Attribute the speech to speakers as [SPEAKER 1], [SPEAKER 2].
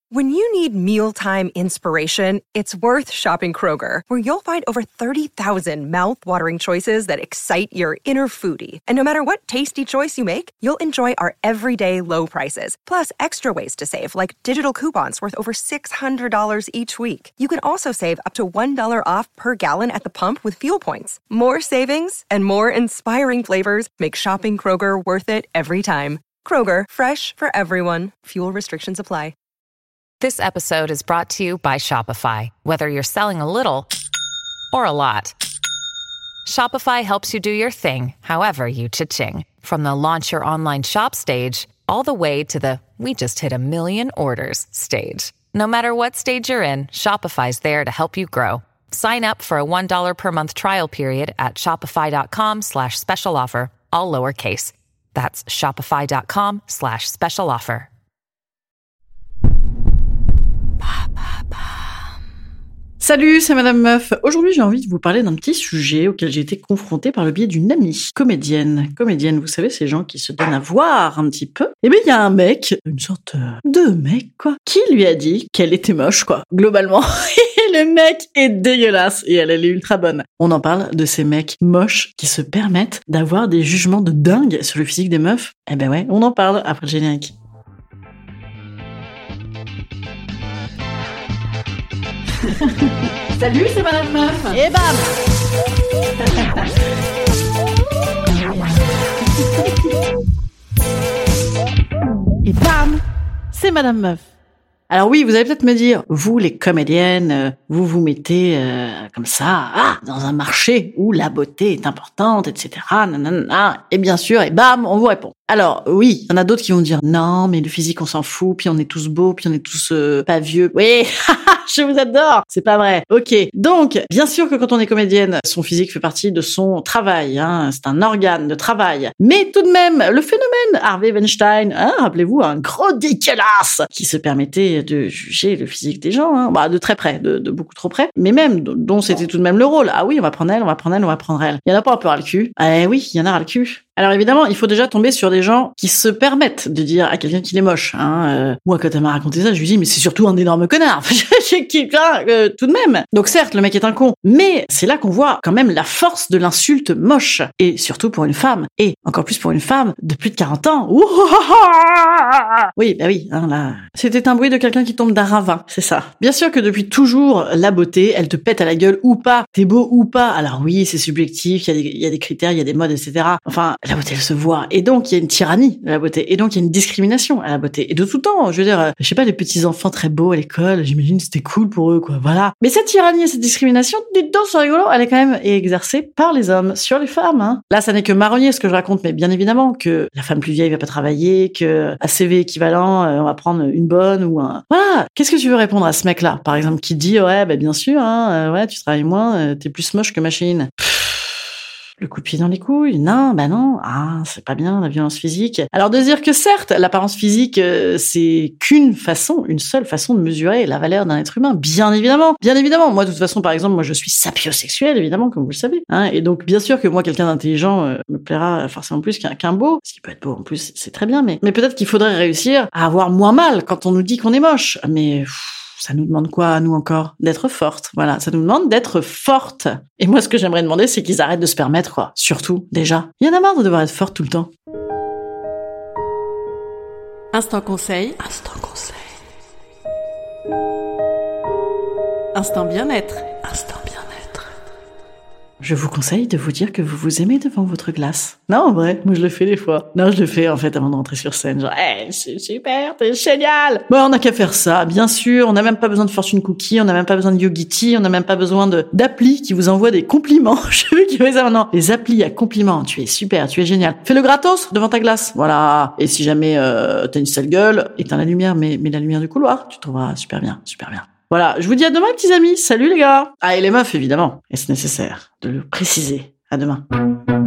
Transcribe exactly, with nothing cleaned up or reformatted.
[SPEAKER 1] When you need mealtime inspiration, it's worth shopping Kroger, where you'll find over thirty thousand mouth-watering choices that excite your inner foodie. And no matter what tasty choice you make, you'll enjoy our everyday low prices, plus extra ways to save, like digital coupons worth over six hundred dollars each week. You can also save up to one dollar off per gallon at the pump with fuel points. More savings and more inspiring flavors make shopping Kroger worth it every time. Kroger, fresh for everyone. Fuel restrictions apply.
[SPEAKER 2] This episode is brought to you by Shopify. Whether you're selling a little or a lot, Shopify helps you do your thing, however you cha-ching. From the launch your online shop stage, all the way to the we just hit a million orders stage. No matter what stage you're in, Shopify's there to help you grow. Sign up for a one dollar per month trial period at shopify.com slash special offer, all lowercase. That's shopify.com slash special offer.
[SPEAKER 3] Salut, c'est Madame Meuf. Aujourd'hui, j'ai envie de vous parler d'un petit sujet auquel j'ai été confrontée par le biais d'une amie comédienne. Comédienne, vous savez, ces gens qui se donnent à voir un petit peu. Et bien, il y a un mec, une sorte de mec, quoi, qui lui a dit qu'elle était moche, quoi, globalement. Et le mec est dégueulasse et elle, elle est ultra bonne. On en parle de ces mecs moches qui se permettent d'avoir des jugements de dingue sur le physique des meufs. Eh ben ouais, on en parle après le générique. Salut, c'est Madame Meuf. Et bam. Et bam, c'est Madame Meuf. Alors oui, vous allez peut-être me dire, vous les comédiennes, euh, vous vous mettez euh, comme ça, ah, dans un marché où la beauté est importante, et cetera. Nanana, et bien sûr, et bam, on vous répond. Alors oui, il y en a d'autres qui vont dire non, mais le physique on s'en fout, puis on est tous beaux, puis on est tous euh, pas vieux. Oui, je vous adore. C'est pas vrai. Ok. Donc, bien sûr que quand on est comédienne, son physique fait partie de son travail. Hein, c'est un organe de travail. Mais tout de même, le phénomène Harvey Weinstein, hein, rappelez-vous, un gros dégueulasse qui se permettait de juger le physique des gens, hein, bah de très près, de, de beaucoup trop près, mais même dont c'était tout de même le rôle. Ah oui, on va prendre elle, on va prendre elle, on va prendre elle. Il y en a pas un peu ras le cul. Eh oui, il y en a ras le cul. Alors évidemment, il faut déjà tomber sur des gens qui se permettent de dire à quelqu'un qu'il est moche. Hein. Euh, moi, quand elle m'a raconté ça, je lui dis mais c'est surtout un énorme connard. J'ai quelqu'un euh, tout de même. Donc certes, le mec est un con, mais c'est là qu'on voit quand même la force de l'insulte moche, et surtout pour une femme, et encore plus pour une femme de plus de quarante ans. Ouh, oui, bah oui. Hein, là, c'était un bruit de quelqu'un qui tombe d'un ravin, c'est ça. Bien sûr que depuis toujours, la beauté, elle te pète à la gueule ou pas. T'es beau ou pas. Alors oui, c'est subjectif. Il y a des, il y a des critères, il y a des modes, et cetera. Enfin. La beauté, elle se voit. Et donc, il y a une tyrannie à la beauté. Et donc, il y a une discrimination à la beauté. Et de tout temps, je veux dire, je sais pas, les petits enfants très beaux à l'école, j'imagine c'était cool pour eux, quoi. Voilà. Mais cette tyrannie et cette discrimination, dites donc, c'est rigolo, elle est quand même exercée par les hommes sur les femmes, hein. Là, ça n'est que marronnier, ce que je raconte, mais bien évidemment que la femme plus vieille va pas travailler, que à C V équivalent, on va prendre une bonne ou un... Voilà. Qu'est-ce que tu veux répondre à ce mec-là, par exemple, qui dit, ouais, bah, bien sûr, hein, ouais, tu travailles moins, t'es plus moche que machine. Le coup de pied dans les couilles. Non, bah non. Ah, c'est pas bien, la violence physique. Alors de dire que certes, l'apparence physique, euh, c'est qu'une façon, une seule façon de mesurer la valeur d'un être humain. Bien évidemment. Bien évidemment. Moi, de toute façon, par exemple, moi, je suis sapiosexuelle, évidemment, comme vous le savez. Hein, et donc, bien sûr que moi, quelqu'un d'intelligent euh, me plaira forcément plus qu'un, qu'un beau. Ce qui peut être beau, en plus, c'est très bien. Mais, mais peut-être qu'il faudrait réussir à avoir moins mal quand on nous dit qu'on est moche. Mais... Pff, ça nous demande quoi, à nous encore? D'être forte. Voilà, ça nous demande d'être forte. Et moi, ce que j'aimerais demander, c'est qu'ils arrêtent de se permettre, quoi. Surtout, déjà. Il y en a marre de devoir être forte tout le temps.
[SPEAKER 4] Instant conseil.
[SPEAKER 3] Instant conseil.
[SPEAKER 4] Instant bien-être.
[SPEAKER 3] Instant bien-être. Je vous conseille de vous dire que vous vous aimez devant votre glace. Non, en vrai, moi je le fais des fois. Non, je le fais en fait avant de rentrer sur scène. Genre, hey, c'est super, t'es génial. Bon, on n'a qu'à faire ça, bien sûr. On n'a même pas besoin de fortune cookie, on n'a même pas besoin de Yogiti, on n'a même pas besoin de d'appli qui vous envoie des compliments. Je veux qu'il fait ça maintenant. Les applis à compliments, tu es super, tu es génial. Fais-le gratos devant ta glace. Voilà. Et si jamais euh, t'as une sale gueule, éteins la lumière, mais mets la lumière du couloir, tu trouveras super bien, super bien. Voilà, je vous dis à demain, petits amis. Salut les gars. Ah, et les meufs, évidemment. Est-ce nécessaire de le préciser? À demain.